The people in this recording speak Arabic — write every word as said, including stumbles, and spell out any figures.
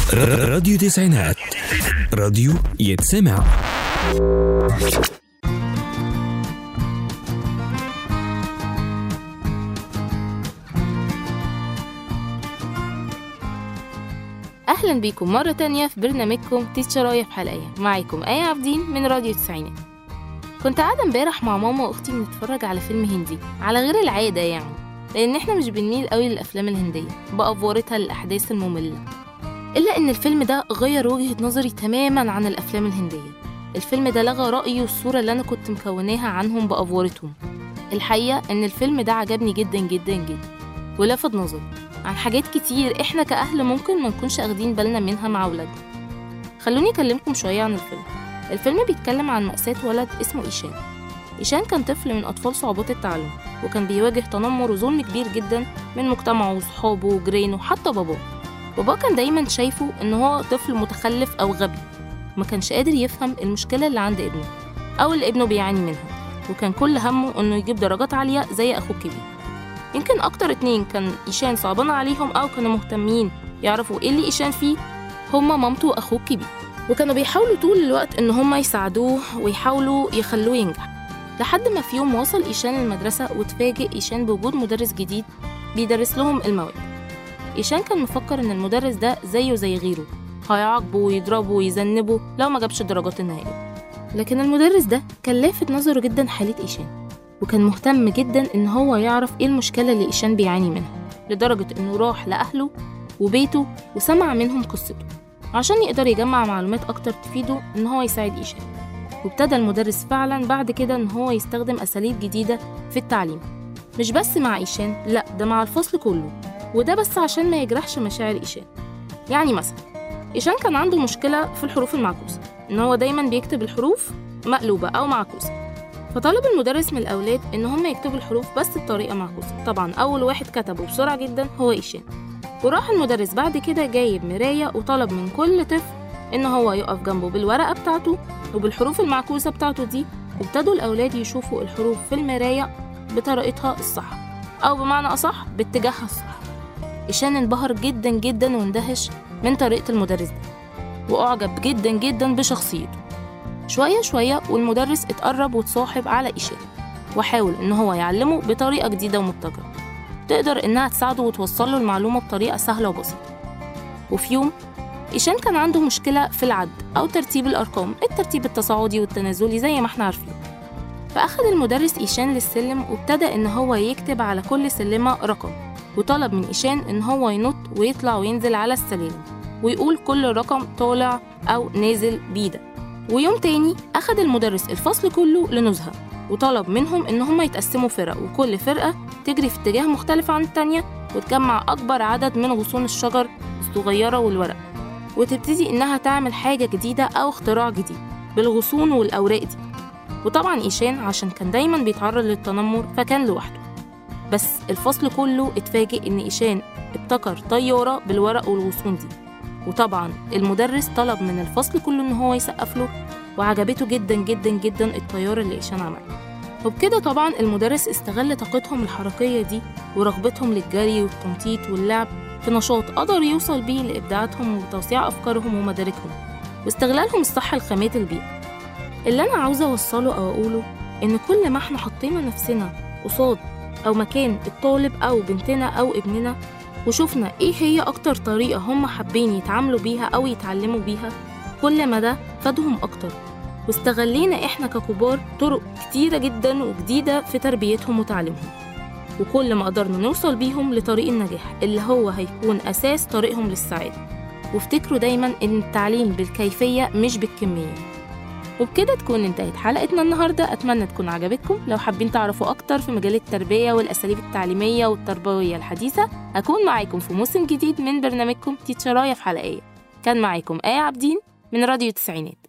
راديو تسعينات، راديو يتسمع. أهلا بيكم مرة تانية في برنامجكم تيتشراية في حلقية. معاكم آية عابدين من راديو تسعينات. كنت قاعدة امبارح مع ماما وأختي بنتفرج على فيلم هندي على غير العادة، يعني لأن احنا مش بنميل قوي للأفلام الهندية بأفورتها للأحداث المملة، إلا إن الفيلم ده غير وجهة نظري تماماً عن الأفلام الهندية. الفيلم ده لغى رأيي والصورة اللي أنا كنت مكوناها عنهم بأفورتهم. الحقيقة إن الفيلم ده عجبني جداً جداً جداً ولفت نظري عن حاجات كتير إحنا كأهل ممكن ما نكونش أخدين بالنا منها مع أولادنا. خلوني أكلمكم شوية عن الفيلم. الفيلم بيتكلم عن مأساة ولد اسمه إيشان. إيشان كان طفل من أطفال صعوبات التعلم، وكان بيواجه تنمر وظلم كبير جداً من مجتمعه وصحابه وجيرانه وحتى باباه. بابا كان دايماً شايفه إنه هو طفل متخلف أو غبي، وما كانش قادر يفهم المشكلة اللي عند ابنه أو اللي ابنه بيعاني منها، وكان كل همه إنه يجيب درجات عالية زي أخوه الكبير. يمكن أكتر اتنين كان إيشان صعبان عليهم أو كانوا مهتمين يعرفوا إيه اللي إيشان فيه هما مامته وأخوه الكبير، وكانوا بيحاولوا طول الوقت إن هما يساعدوه ويحاولوا يخلوه ينجح. لحد ما في يوم وصل إيشان المدرسة وتفاجئ إيشان بوجود مدرس جديد بيدرس لهم المواد. إيشان كان مفكر إن المدرس ده زيه زي غيره، هيعاقبه ويضربه ويذنبه لو ما جابش الدرجات النهائية. لكن المدرس ده كان لافت نظره جدا حالة إيشان، وكان مهتم جدا إن هو يعرف إيه المشكلة اللي إيشان بيعاني منها، لدرجة إنه راح لأهله وبيته وسمع منهم قصته عشان يقدر يجمع معلومات أكتر تفيده إن هو يساعد إيشان. وابتدى المدرس فعلا بعد كده إن هو يستخدم أساليب جديدة في التعليم، مش بس مع إيشان، لأ ده مع الفصل كله، وده بس عشان ما يجرحش مشاعر إيشان. يعني مثلا إيشان كان عنده مشكلة في الحروف المعكوسة، إن هو دايما بيكتب الحروف مقلوبة أو معكوسة. فطلب المدرس من الأولاد إن هم يكتبوا الحروف بس بطريقة معكوسة. طبعا أول واحد كتبه بسرعة جدا هو إيشان. وراح المدرس بعد كده جايب مراية وطلب من كل طفل إن هو يقف جنبه بالورقة بتاعته وبالحروف المعكوسة بتاعته دي، وابتدوا الأولاد يشوفوا الحروف في المراية بطريقتها الصح، أو بمعنى أصح باتجاهها الصح. إيشان انبهر جدا جدا واندهش من طريقة المدرس ده، وأعجب جدا جدا بشخصيته. شوية شوية والمدرس اتقرب وتصاحب على إيشان، وحاول إن هو يعلمه بطريقة جديدة ومبتكرة تقدر إنها تساعده وتوصل له المعلومة بطريقة سهلة وبسيطة. وفي يوم إيشان كان عنده مشكلة في العد أو ترتيب الأرقام، الترتيب التصاعدي والتنازلي زي ما احنا عارفين. فأخذ المدرس إيشان للسلم وابتدى إن هو يكتب على كل سلمة رقم، وطلب من إيشان إن هو ينط ويطلع وينزل على السلالم ويقول كل رقم طالع أو نازل بيده. ويوم تاني أخذ المدرس الفصل كله لنزهة، وطلب منهم إن هم يتقسموا فرق، وكل فرقة تجري في اتجاه مختلف عن التانية وتجمع أكبر عدد من غصون الشجر الصغيرة والورق، وتبتدي إنها تعمل حاجة جديدة أو اختراع جديد بالغصون والأوراق دي. وطبعا إيشان عشان كان دايما بيتعرض للتنمر فكان لوحده، بس الفصل كله اتفاجئ إن إيشان ابتكر طيارة بالورق والغصون دي. وطبعا المدرس طلب من الفصل كله إن هو يسقف له، وعجبته جدا جدا جدا الطيارة اللي إيشان عملها. وبكده طبعا المدرس استغل طاقتهم الحركية دي ورغبتهم للجري والتنطيط واللعب في نشاط قدر يوصل بيه لإبداعاتهم وتوسيع أفكارهم ومداركهم واستغلالهم الصح لخامات البيئة. اللي أنا عاوزة أوصله أو أقوله إن كل ما احنا حطينا نفسنا قصاد أو مكان الطالب أو بنتنا أو ابننا وشوفنا إيه هي أكتر طريقة هم حابين يتعاملوا بيها أو يتعلموا بيها، كل ما ده فادهم أكتر، واستغلينا إحنا ككبار طرق كتيرة جدا وجديدة في تربيتهم وتعليمهم، وكل ما قدرنا نوصل بيهم لطريق النجاح اللي هو هيكون أساس طريقهم للسعادة. وافتكروا دايما إن التعليم بالكيفية مش بالكمية. وبكده تكون انتهت حلقتنا النهاردة. أتمنى تكون عجبتكم. لو حابين تعرفوا أكتر في مجال التربية والأساليب التعليمية والتربوية الحديثة، هكون معاكم في موسم جديد من برنامجكم تيتشراية في حلقية. كان معاكم آية عابدين من راديو تسعينات.